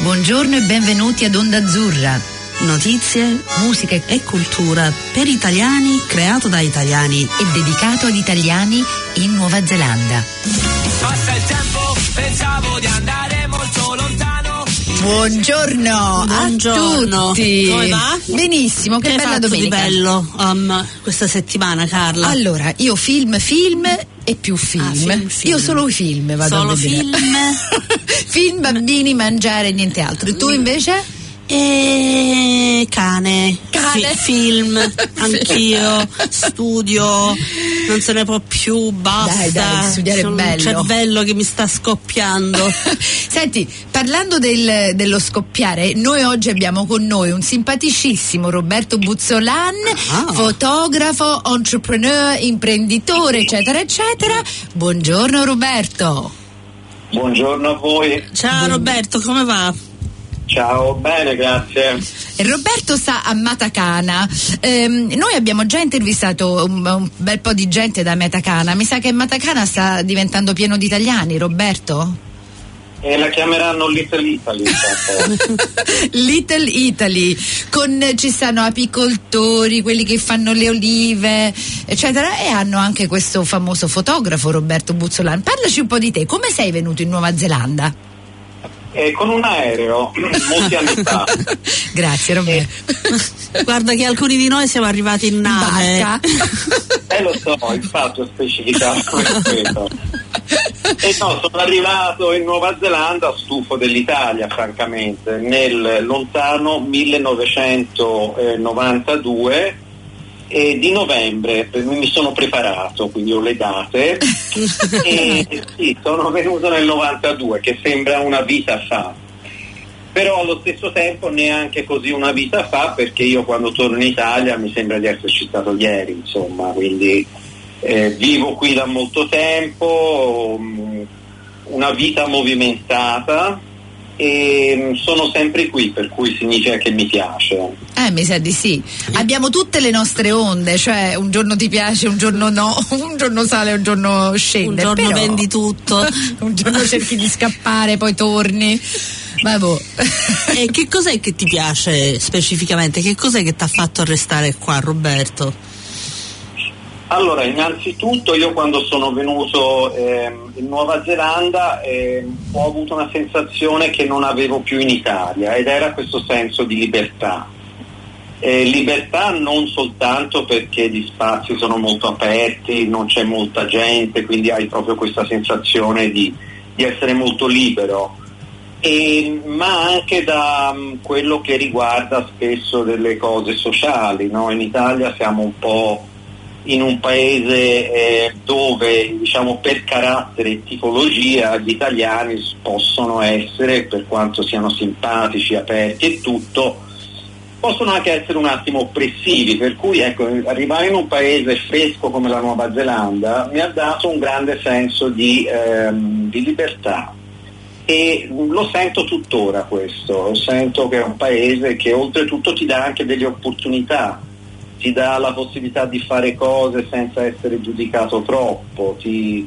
Buongiorno e benvenuti ad Onda Azzurra. Notizie, musica e cultura per italiani, creato da italiani e dedicato ad italiani in Nuova Zelanda. Passa il tempo, pensavo di andare molto lontano. Buongiorno a tutti. Come va? Benissimo, che bella domenica. Che bello questa settimana, Carla? Allora, io film e più film. Film. Io solo i film vado solo a vedere. Film? Film, bambini, mangiare e niente altro. E tu invece? E cane. Film, anch'io, studio, non se ne può più, basta. Dai, studiare è bello. Un cervello che mi sta scoppiando. Senti, parlando dello scoppiare, noi oggi abbiamo con noi un simpaticissimo Roberto Buzzolan, fotografo, entrepreneur, imprenditore, eccetera, eccetera. Buongiorno Roberto. Buongiorno a voi. Ciao Roberto, come va? Ciao, bene, grazie. Roberto sta a Matacana. Noi abbiamo già intervistato un bel po' di gente da Matacana. Mi sa che Matacana sta diventando pieno di italiani, Roberto? E la chiameranno Little Italy. Little Italy, ci stanno apicoltori, quelli che fanno le olive, eccetera, e hanno anche questo famoso fotografo Roberto Buzzolan. Parlaci un po' di te, come sei venuto in Nuova Zelanda? Con un aereo, molti anni fa. Grazie Roberto. Guarda che alcuni di noi siamo arrivati in nave. Lo so, infatti ho specificato questo. Sono arrivato in Nuova Zelanda stufo dell'Italia, francamente, nel lontano 1992 di novembre. Mi sono preparato, quindi ho le date e sì, sono venuto nel 92, che sembra una vita fa, però allo stesso tempo neanche così una vita fa, perché io quando torno in Italia mi sembra di esserci stato ieri, insomma, quindi vivo qui da molto tempo, una vita movimentata, e sono sempre qui, per cui significa che mi piace. Mi sa di sì. Abbiamo tutte le nostre onde, cioè un giorno ti piace, un giorno no, un giorno sale, un giorno scende. Un giorno però vendi tutto. Un giorno cerchi di scappare, poi torni. Vabbè. E che cos'è che ti piace specificamente? Che cos'è che ti ha fatto restare qua, Roberto? Allora, innanzitutto io quando sono venuto in Nuova Zelanda ho avuto una sensazione che non avevo più in Italia, ed era questo senso di libertà. Libertà non soltanto perché gli spazi sono molto aperti, non c'è molta gente, quindi hai proprio questa sensazione di essere molto libero, ma anche da quello che riguarda spesso delle cose sociali, no? In Italia siamo un po' in un paese dove, diciamo, per carattere e tipologia gli italiani possono essere, per quanto siano simpatici, aperti e tutto, possono anche essere un attimo oppressivi, per cui ecco, arrivare in un paese fresco come la Nuova Zelanda mi ha dato un grande senso di libertà, e lo sento tuttora questo, sento che è un paese che oltretutto ti dà anche delle opportunità, ti dà la possibilità di fare cose senza essere giudicato troppo, ti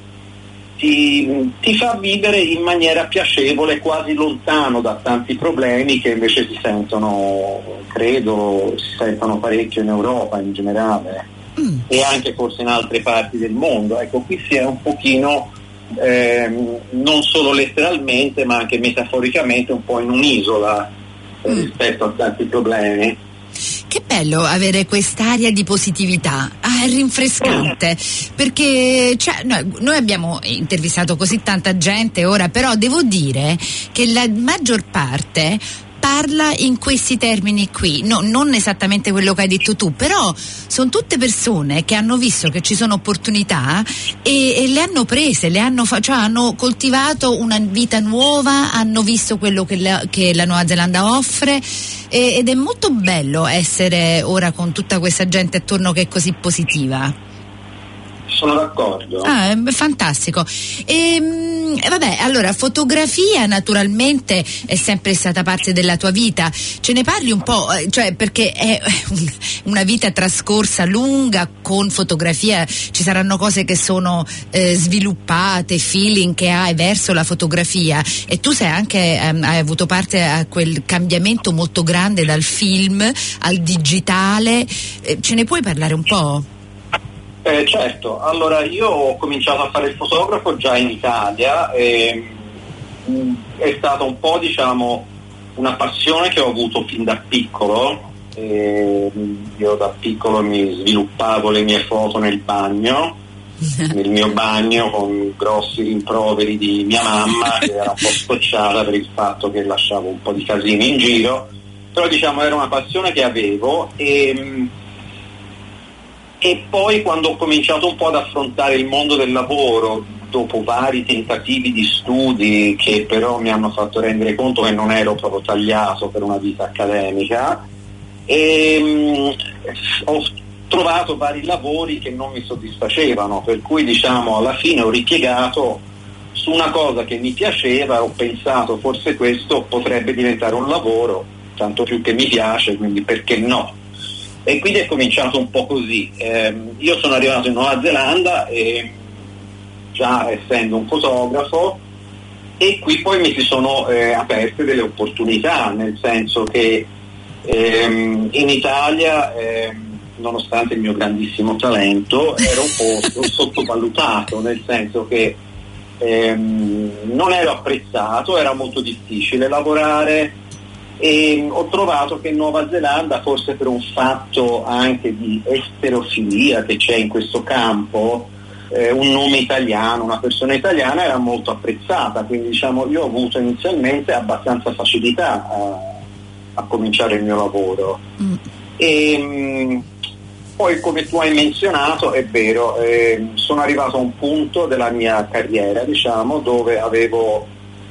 fa vivere in maniera piacevole, quasi lontano da tanti problemi che invece si sentono parecchio in Europa in generale, e anche forse in altre parti del mondo. Ecco, qui si è un pochino, non solo letteralmente ma anche metaforicamente, un po' in un'isola rispetto a tanti problemi. Che bello avere quest'aria di positività, è rinfrescante, perché noi abbiamo intervistato così tanta gente ora, però devo dire che la maggior parte parla in questi termini qui, non esattamente quello che hai detto tu, però sono tutte persone che hanno visto che ci sono opportunità e le hanno prese, hanno coltivato una vita nuova, hanno visto quello che la Nuova Zelanda offre, ed è molto bello essere ora con tutta questa gente attorno che è così positiva. Sono d'accordo. È fantastico. Vabbè, allora, fotografia naturalmente è sempre stata parte della tua vita. Ce ne parli un po', cioè, perché è una vita trascorsa lunga con fotografia, ci saranno cose che sono sviluppate, feeling che hai verso la fotografia, e tu sei anche hai avuto parte a quel cambiamento molto grande dal film al digitale. Ce ne puoi parlare un po'? Certo, allora io ho cominciato a fare il fotografo già in Italia e è stata un po', diciamo, una passione che ho avuto fin da piccolo. Io da piccolo mi sviluppavo le mie foto nel bagno, nel mio bagno, con grossi rimproveri di mia mamma che era un po' scocciata per il fatto che lasciavo un po' di casini in giro, però diciamo era una passione che avevo. E poi quando ho cominciato un po' ad affrontare il mondo del lavoro, dopo vari tentativi di studi che però mi hanno fatto rendere conto che non ero proprio tagliato per una vita accademica, ho trovato vari lavori che non mi soddisfacevano, per cui diciamo alla fine ho ripiegato su una cosa che mi piaceva, ho pensato forse questo potrebbe diventare un lavoro, tanto più che mi piace, quindi perché no? E quindi è cominciato un po' così. Io sono arrivato in Nuova Zelanda, già essendo un fotografo, e qui poi mi si sono aperte delle opportunità, nel senso che in Italia, nonostante il mio grandissimo talento, ero un po' sottovalutato, nel senso che non ero apprezzato, era molto difficile lavorare. E ho trovato che in Nuova Zelanda, forse per un fatto anche di esterofilia che c'è in questo campo, un nome italiano, una persona italiana era molto apprezzata, quindi diciamo io ho avuto inizialmente abbastanza facilità a cominciare il mio lavoro. E poi, come tu hai menzionato, è vero, sono arrivato a un punto della mia carriera, diciamo, dove avevo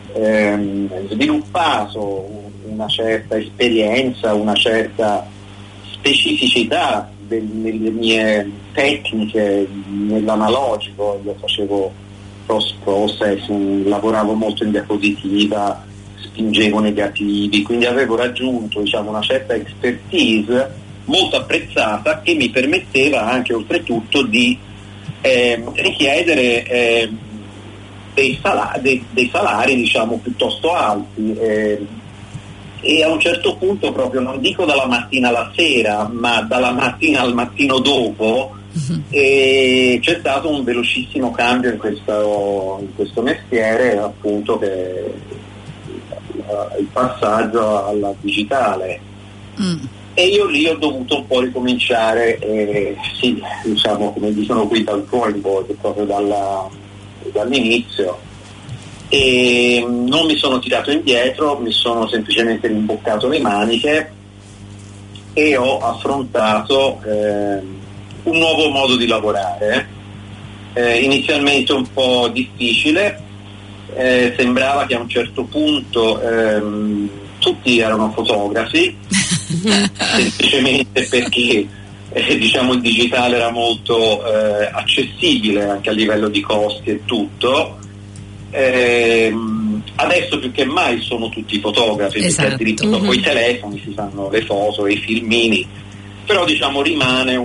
sviluppato una certa esperienza, una certa specificità nelle mie tecniche, nell'analogico. Io facevo post-processing, lavoravo molto in diapositiva, spingevo negativi, quindi avevo raggiunto, diciamo, una certa expertise molto apprezzata che mi permetteva anche oltretutto di richiedere dei salari diciamo piuttosto alti, e a un certo punto, proprio non dico dalla mattina alla sera, ma dalla mattina al mattino dopo, c'è stato un velocissimo cambio in questo mestiere, appunto, che il passaggio alla digitale. E io lì ho dovuto un po' ricominciare, sì, diciamo, come dicono qui, dal drawing board, proprio dall'inizio. E non mi sono tirato indietro, mi sono semplicemente rimboccato le maniche e ho affrontato un nuovo modo di lavorare, inizialmente un po' difficile, sembrava che a un certo punto tutti erano fotografi, semplicemente perché diciamo il digitale era molto accessibile anche a livello di costi e tutto. Adesso più che mai sono tutti fotografi, esatto. Perché addirittura con i telefoni si fanno le foto e i filmini, però diciamo rimane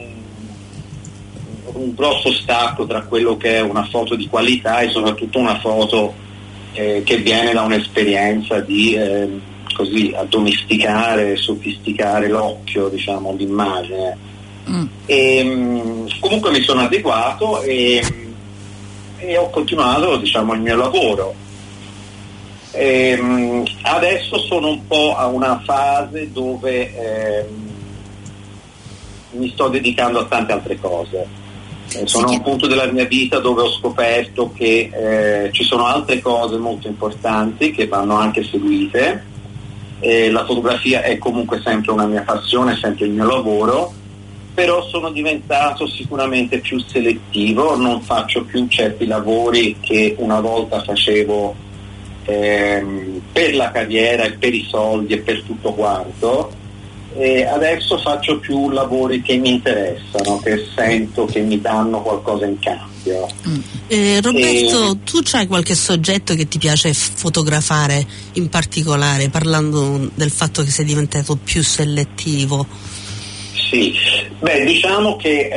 un grosso stacco tra quello che è una foto di qualità e soprattutto una foto che viene da un'esperienza di così addomesticare, sofisticare l'occhio, diciamo, l'immagine. E comunque mi sono adeguato e ho continuato, diciamo, il mio lavoro. Adesso sono un po' a una fase dove mi sto dedicando a tante altre cose. Sono a un punto della mia vita dove ho scoperto che ci sono altre cose molto importanti che vanno anche seguite. La fotografia è comunque sempre una mia passione, è sempre il mio lavoro, però sono diventato sicuramente più selettivo, non faccio più certi lavori che una volta facevo per la carriera e per i soldi e per tutto quanto, E adesso faccio più lavori che mi interessano, che sento che mi danno qualcosa in cambio. Roberto, tu c'hai qualche soggetto che ti piace fotografare in particolare, parlando del fatto che sei diventato più selettivo? Sì, diciamo che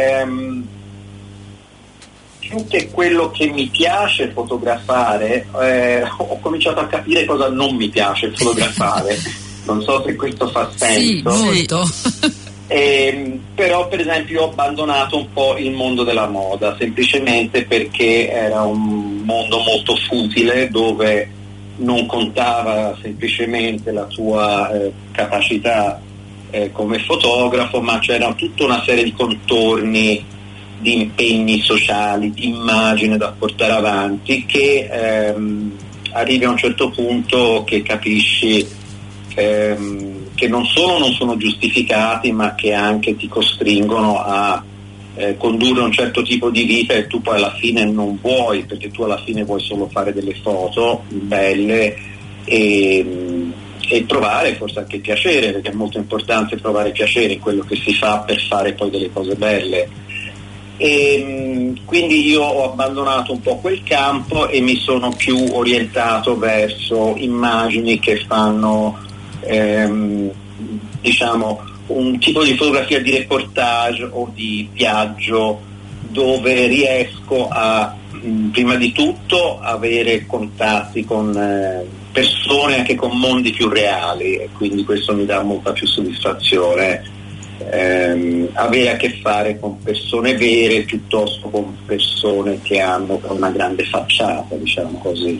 più che quello che mi piace fotografare, ho cominciato a capire cosa non mi piace fotografare. Non so se questo fa senso. Sì, molto. Però per esempio ho abbandonato un po' il mondo della moda, semplicemente perché era un mondo molto futile, dove non contava semplicemente la tua capacità come fotografo, ma c'era tutta una serie di contorni, di impegni sociali, di immagine da portare avanti, che arrivi a un certo punto che capisci che non solo non sono giustificati, ma che anche ti costringono a condurre un certo tipo di vita e tu poi alla fine non vuoi, perché tu alla fine vuoi solo fare delle foto belle e provare forse anche piacere, perché è molto importante provare piacere in quello che si fa per fare poi delle cose belle. E quindi io ho abbandonato un po' quel campo e mi sono più orientato verso immagini che fanno diciamo un tipo di fotografia di reportage o di viaggio, dove riesco a prima di tutto avere contatti con persone, anche con mondi più reali, e quindi questo mi dà molta più soddisfazione, avere a che fare con persone vere piuttosto con persone che hanno una grande facciata, diciamo così.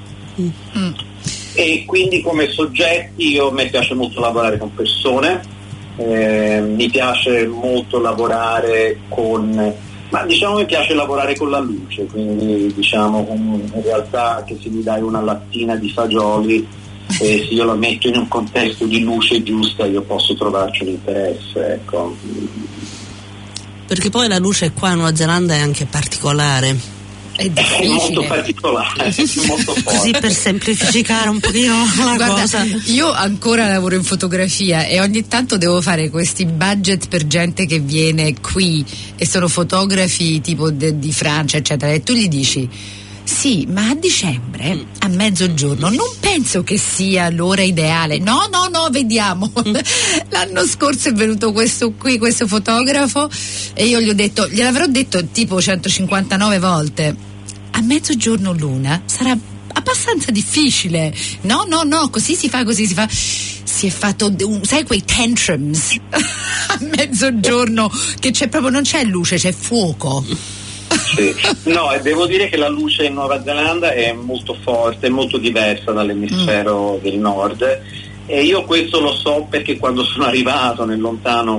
E quindi come soggetti mi piace molto lavorare con persone, mi piace molto lavorare mi piace lavorare con la luce, quindi diciamo in realtà che se mi dai una lattina di fagioli e se io la metto in un contesto di luce giusta io posso trovarci un interesse, ecco. Perché poi la luce qua in Nuova Zelanda è anche particolare. È difficile. Molto particolare, molto forte. Così per semplificare un pochino la cosa. Io ancora lavoro in fotografia e ogni tanto devo fare questi budget per gente che viene qui e sono fotografi tipo di Francia eccetera, e tu gli dici sì, ma a dicembre a mezzogiorno non penso che sia l'ora ideale. No, vediamo. L'anno scorso è venuto questo fotografo e io gliel'avrò detto tipo 159 volte, a mezzogiorno l'una sarà abbastanza difficile. No, così si fa. Si è fatto sai quei tantrums a mezzogiorno che c'è proprio, non c'è luce, c'è fuoco. Sì. No, e devo dire che la luce in Nuova Zelanda è molto forte, molto diversa dall'emisfero del nord, e io questo lo so perché quando sono arrivato nel lontano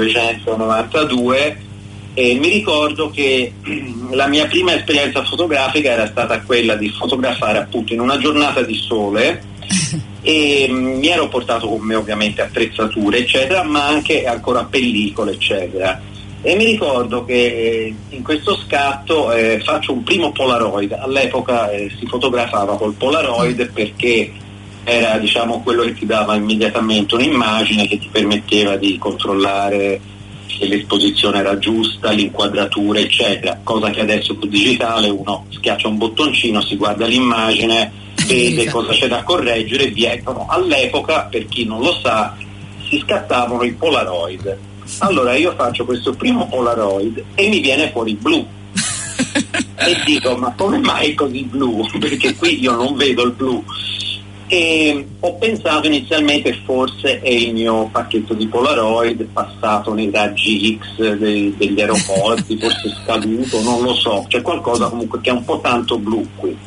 1992 mi ricordo che la mia prima esperienza fotografica era stata quella di fotografare appunto in una giornata di sole e mi ero portato con me ovviamente attrezzature eccetera, ma anche ancora pellicole eccetera. E mi ricordo che in questo scatto faccio un primo Polaroid. All'epoca si fotografava col Polaroid perché era diciamo quello che ti dava immediatamente un'immagine che ti permetteva di controllare se l'esposizione era giusta, l'inquadratura eccetera, cosa che adesso col digitale uno schiaccia un bottoncino, si guarda l'immagine, vede cosa c'è da correggere e via. All'epoca, per chi non lo sa, si scattavano i Polaroid. Allora io faccio questo primo Polaroid e mi viene fuori blu e dico ma come mai così blu? Perché qui io non vedo il blu, e ho pensato inizialmente forse è il mio pacchetto di Polaroid passato nei raggi X degli aeroporti, forse scaduto, non lo so, c'è qualcosa comunque che è un po' tanto blu qui.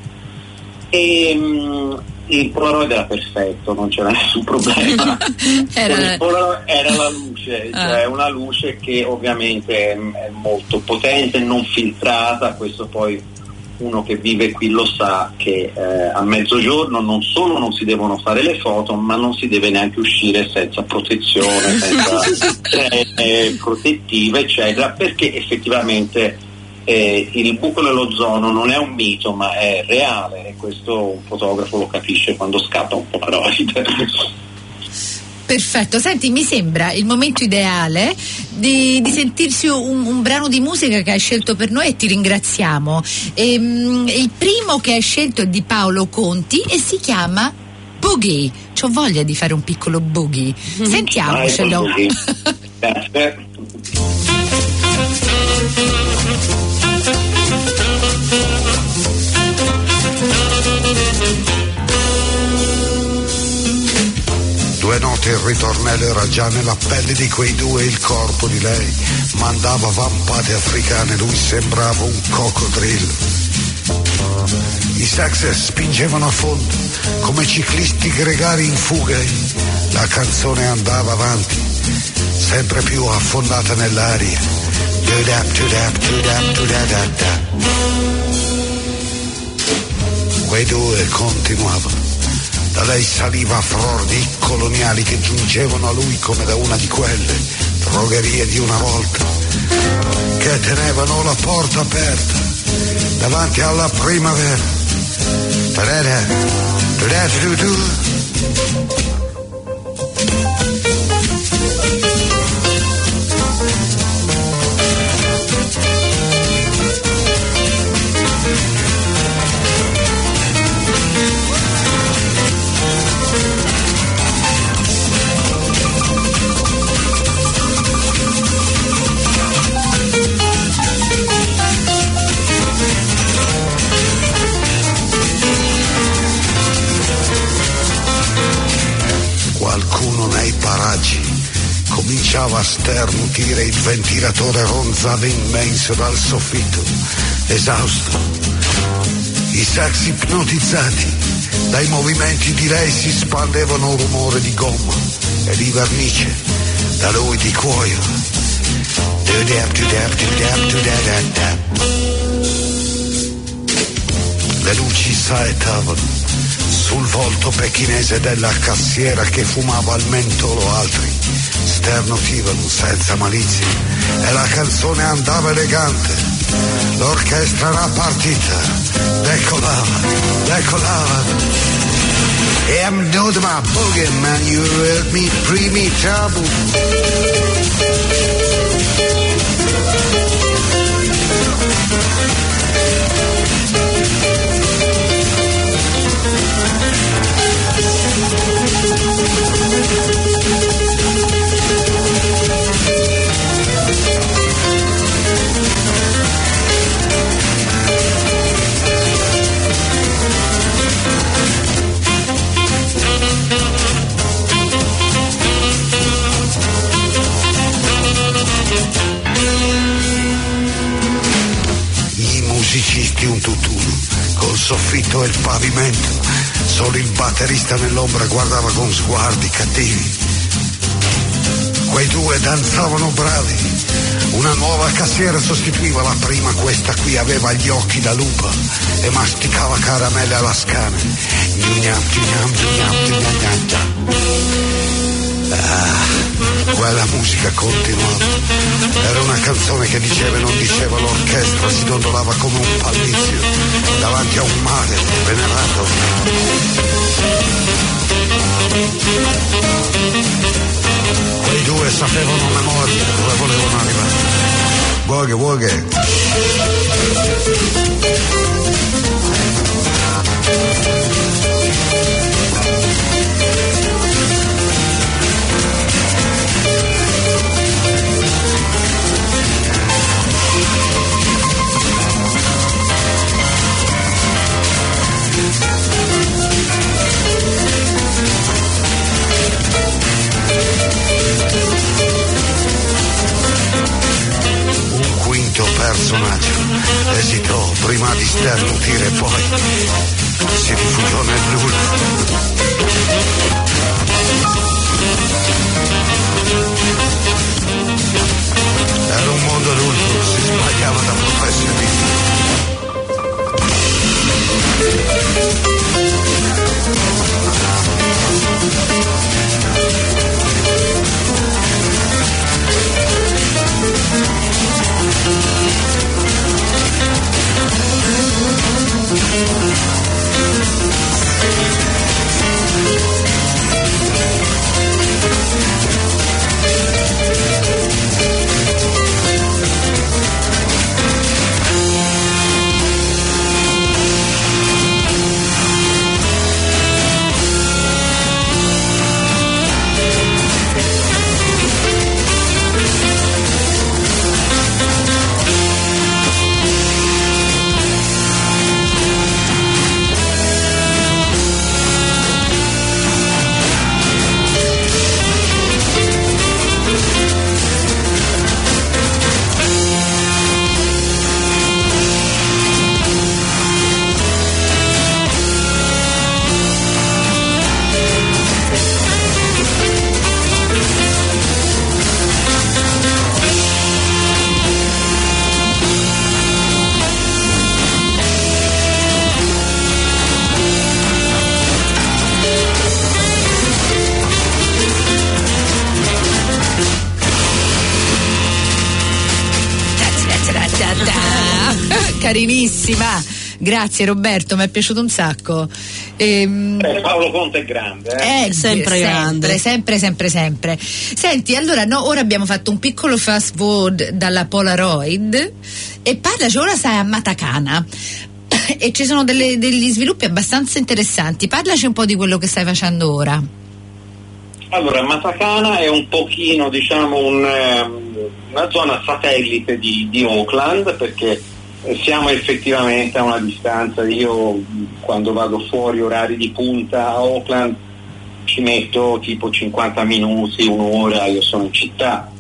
E il Polaroid era perfetto, non c'era nessun problema. Il Polaroid era la luce, cioè una luce che ovviamente è molto potente, non filtrata. Questo poi uno che vive qui lo sa, che a mezzogiorno non solo non si devono fare le foto, ma non si deve neanche uscire senza protezione, senza protettive eccetera, perché effettivamente il buco nell'ozono non è un mito ma è reale, e questo un fotografo lo capisce quando scatta un Polaroid. Perfetto, senti, mi sembra il momento ideale di sentirsi un brano di musica che hai scelto per noi e ti ringraziamo. Il primo che hai scelto è di Paolo Conti e si chiama Boogie. C'ho voglia di fare un piccolo boogie. Sentiamocelo. Due note il ritornello era già nella pelle di quei due, il corpo di lei mandava vampate africane, lui sembrava un coccodrillo. I sax spingevano a fondo come ciclisti gregari in fuga, la canzone andava avanti sempre più affondata nell'aria. Quei due continuavano. Da lei saliva fror di coloniali che giungevano a lui come da una di quelle drogherie di una volta, che tenevano la porta aperta davanti alla primavera. Qualcuno nei paraggi cominciava a sternutire, il ventilatore ronzava immenso dal soffitto, esausto. I sax ipnotizzati dai movimenti di lei si spandevano un rumore di gomma e di vernice, da lui di cuoio. Le luci saettavano sul volto pechinese della cassiera che fumava al mentolo, altri sternutivano senza malizia e la canzone andava elegante. L'orchestra era partita, decolava. E I'm not my boogie man, you heard me, free me trouble. Musicisti un tutt'uno, col soffitto e il pavimento, solo il batterista nell'ombra guardava con sguardi cattivi. Quei due danzavano bravi, una nuova cassiera sostituiva la prima, questa qui aveva gli occhi da lupa e masticava caramelle alla scana. Quella musica continuava, era una canzone che diceva e non diceva, l'orchestra si dondolava come un pallizio davanti a un mare venerato. Quei due sapevano a memoria dove volevano arrivare. Boogie. Un quinto personaggio esitò prima di sternutire e poi si rifugiò nel nulla. Era un mondo adulto, si sbagliava da professionisti. carinissima. Grazie Roberto, mi è piaciuto un sacco. Paolo Conte è grande, sempre grande. Sempre. Senti, allora ora abbiamo fatto un piccolo fast forward dalla Polaroid e parlaci, ora stai a Matacana e ci sono degli sviluppi abbastanza interessanti. Parlaci un po' di quello che stai facendo ora. Allora, Matacana è un pochino, diciamo, una zona satellite di Auckland, perché siamo effettivamente a una distanza. Io quando vado fuori orari di punta a Auckland ci metto tipo 50 minuti, un'ora, io sono in città.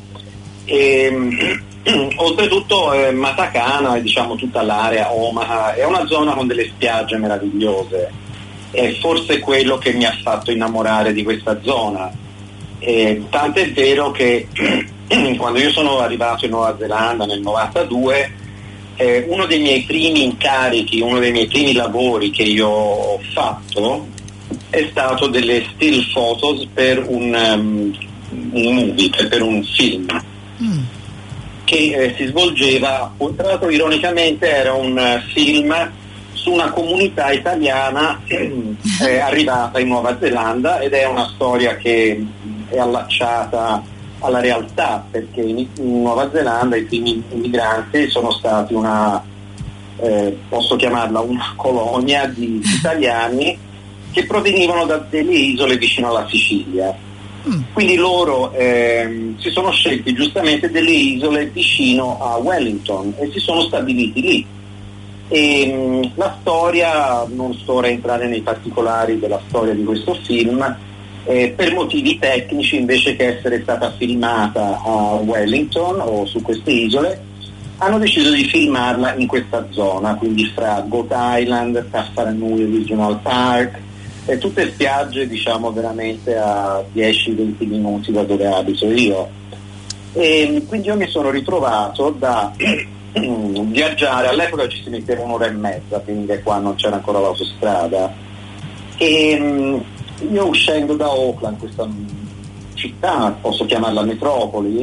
Oltretutto Matacana, diciamo tutta l'area Omaha, è una zona con delle spiagge meravigliose. È forse quello che mi ha fatto innamorare di questa zona. Tant'è vero che quando io sono arrivato in Nuova Zelanda nel 92, uno dei miei primi incarichi, uno dei miei primi lavori che io ho fatto è stato delle still photos per un movie, per un film che si svolgeva, tra l'altro ironicamente era un film su una comunità italiana arrivata in Nuova Zelanda, ed è una storia che è allacciata alla realtà, perché in Nuova Zelanda i primi immigranti sono stati posso chiamarla una colonia di italiani che provenivano da delle isole vicino alla Sicilia. Quindi loro si sono scelti giustamente delle isole vicino a Wellington e si sono stabiliti lì. E la storia, non sto ora a entrare nei particolari della storia di questo film, per motivi tecnici, invece che essere stata filmata a Wellington o su queste isole, hanno deciso di filmarla in questa zona, quindi fra Goat Island, Taffaranui Regional Park, tutte spiagge, diciamo, veramente a 10-20 minuti da dove abito io. E quindi io mi sono ritrovato da viaggiare, all'epoca ci si metteva un'ora e mezza, quindi qua non c'era ancora l'autostrada, e io uscendo da Auckland, questa città, posso chiamarla metropoli,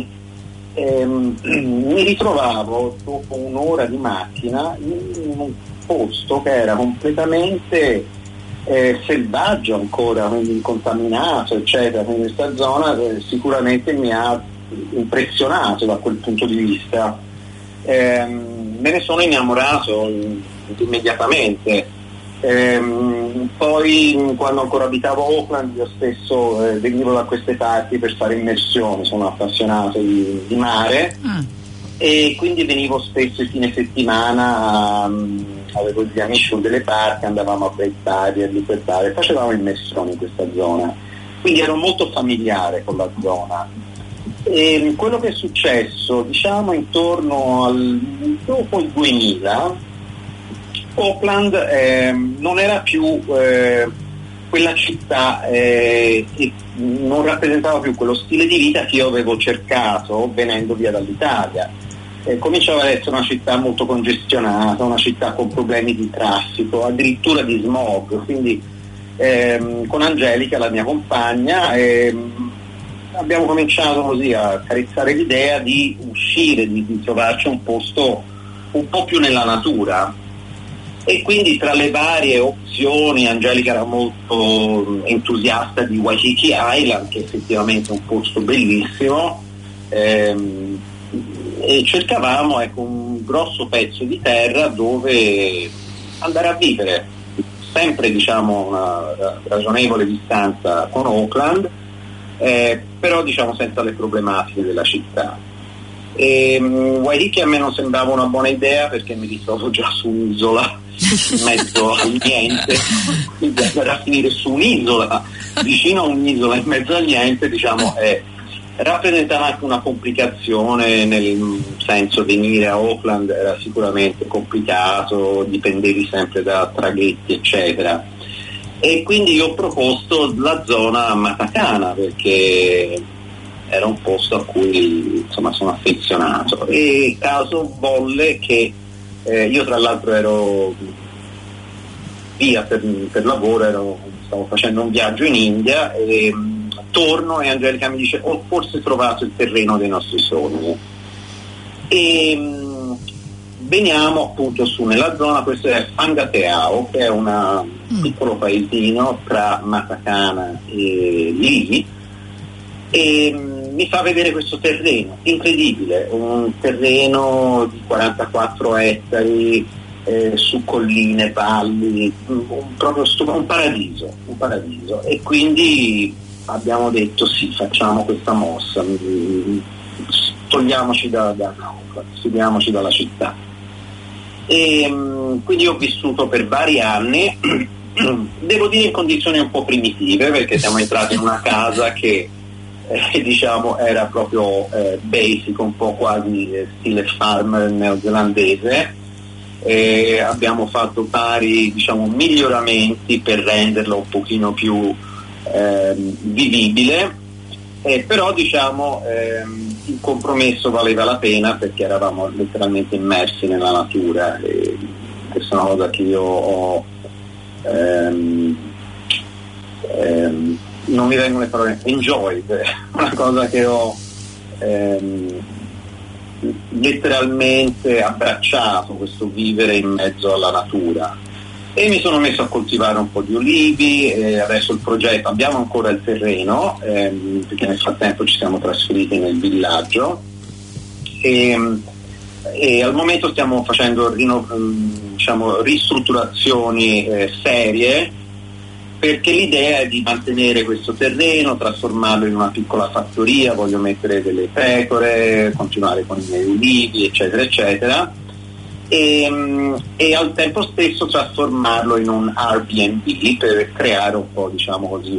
mi ritrovavo dopo un'ora di macchina in un posto che era completamente selvaggio ancora, quindi incontaminato, eccetera. Quindi questa zona sicuramente mi ha impressionato da quel punto di vista. Me ne sono innamorato immediatamente. Poi quando ancora abitavo a Auckland io stesso venivo da queste parti per fare immersioni, sono appassionato di mare, e quindi venivo spesso il fine settimana, avevo degli amici con delle parti, andavamo a Breitbari, a Libertare, facevamo immersioni in questa zona, quindi ero molto familiare con la zona. E quello che è successo, diciamo, intorno dopo il 2000, Auckland non era più quella città che non rappresentava più quello stile di vita che io avevo cercato venendo via dall'Italia. Cominciava ad essere una città molto congestionata, una città con problemi di traffico, addirittura di smog, quindi con Angelica, la mia compagna, abbiamo cominciato così a carezzare l'idea di uscire, di trovarci un posto un po' più nella natura. E quindi tra le varie opzioni Angelica era molto entusiasta di Waiheke Island, che è effettivamente un posto bellissimo, e cercavamo un grosso pezzo di terra dove andare a vivere, sempre, diciamo, una ragionevole distanza con Auckland, però, diciamo, senza le problematiche della città. Waiheke a me non sembrava una buona idea perché mi ritrovo già su un'isola in mezzo al niente, quindi andare a finire su un'isola, vicino a un'isola in mezzo al niente, diciamo, rappresentava anche una complicazione, nel senso venire a Auckland era sicuramente complicato, dipendevi sempre da traghetti, eccetera. E quindi io ho proposto la zona Matacana perché era un posto a cui, insomma, sono affezionato, e caso volle che io tra l'altro ero via per lavoro, stavo facendo un viaggio in India e torno e Angelica mi dice: ho forse trovato il terreno dei nostri sogni. E veniamo appunto su nella zona, questo è Fangateao, che è un piccolo paesino tra Matacana e Lì, e mi fa vedere questo terreno incredibile, un terreno di 44 ettari, su colline, valli, proprio un paradiso, e quindi abbiamo detto sì, facciamo questa mossa, togliamoci studiamoci dalla città. E quindi ho vissuto per vari anni, devo dire in condizioni un po' primitive, perché siamo entrati in una casa che diciamo era proprio basic, un po' quasi stile farm neozelandese. Abbiamo fatto vari, diciamo, miglioramenti per renderlo un pochino più vivibile, però diciamo il compromesso valeva la pena, perché eravamo letteralmente immersi nella natura, e questa è una cosa che io ho non mi vengono le parole, enjoyed, una cosa che ho letteralmente abbracciato, questo vivere in mezzo alla natura, e mi sono messo a coltivare un po' di olivi. E adesso il progetto, abbiamo ancora il terreno, perché nel frattempo ci siamo trasferiti nel villaggio, e al momento stiamo facendo diciamo, ristrutturazioni serie, perché l'idea è di mantenere questo terreno, trasformarlo in una piccola fattoria, voglio mettere delle pecore, continuare con i miei ulivi, eccetera eccetera, e al tempo stesso trasformarlo in un Airbnb per creare un po', diciamo così,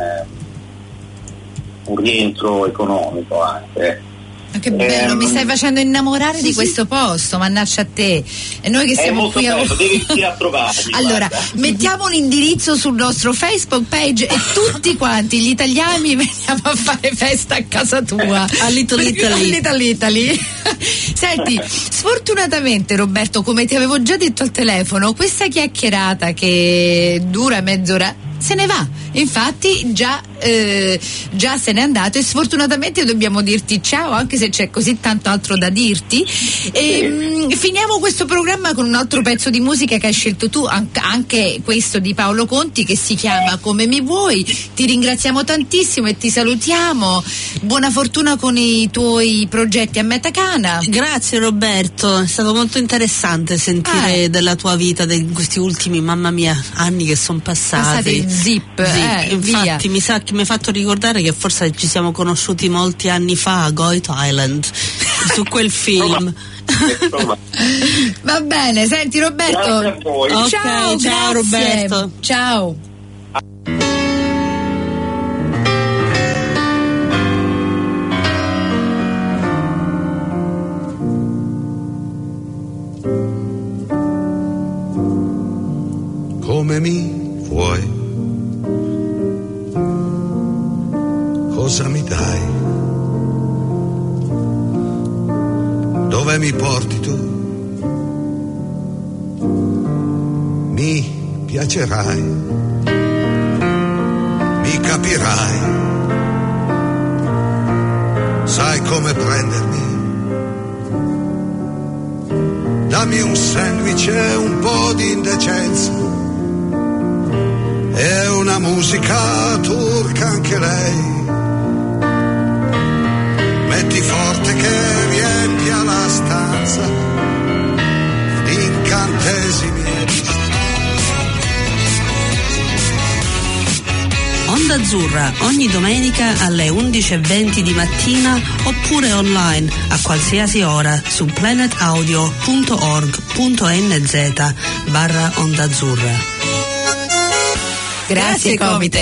un rientro economico anche. Che bello, mi stai facendo innamorare di questo posto, mannaggia a te. E noi che siamo qui bello, devi venire a trovarmi. Allora, mettiamo un indirizzo sul nostro Facebook page e tutti quanti gli italiani veniamo a fare festa a casa tua. A Little Italy. Senti, sfortunatamente Roberto, come ti avevo già detto al telefono, questa chiacchierata che dura mezz'ora se ne va, infatti già se n'è andato, e sfortunatamente dobbiamo dirti ciao, anche se c'è così tanto altro da dirti, e finiamo questo programma con un altro pezzo di musica che hai scelto tu, anche questo di Paolo Conti, che si chiama Come mi vuoi. Ti ringraziamo tantissimo e ti salutiamo, buona fortuna con i tuoi progetti a Matacana. Grazie Roberto, è stato molto interessante sentire della tua vita, di questi ultimi, mamma mia, anni che sono passati. Zip, infatti mi sa che mi hai fatto ricordare che forse ci siamo conosciuti molti anni fa a Goat Island su quel film. Va bene, senti Roberto, grazie a voi. Ciao, ciao Roberto, ciao. Come mi vuoi? Cosa mi dai? Dove mi porti tu? Mi piacerai, mi capirai, sai come prendermi. Dammi un sandwich e un po' di indecenza, e una musica turca anche lei. Metti forte che riempia la stanza di incantesimi. Onda Azzurra ogni domenica alle 11:20 di mattina, oppure online a qualsiasi ora su planetaudio.org.nz/Onda Azzurra. Grazie Comite.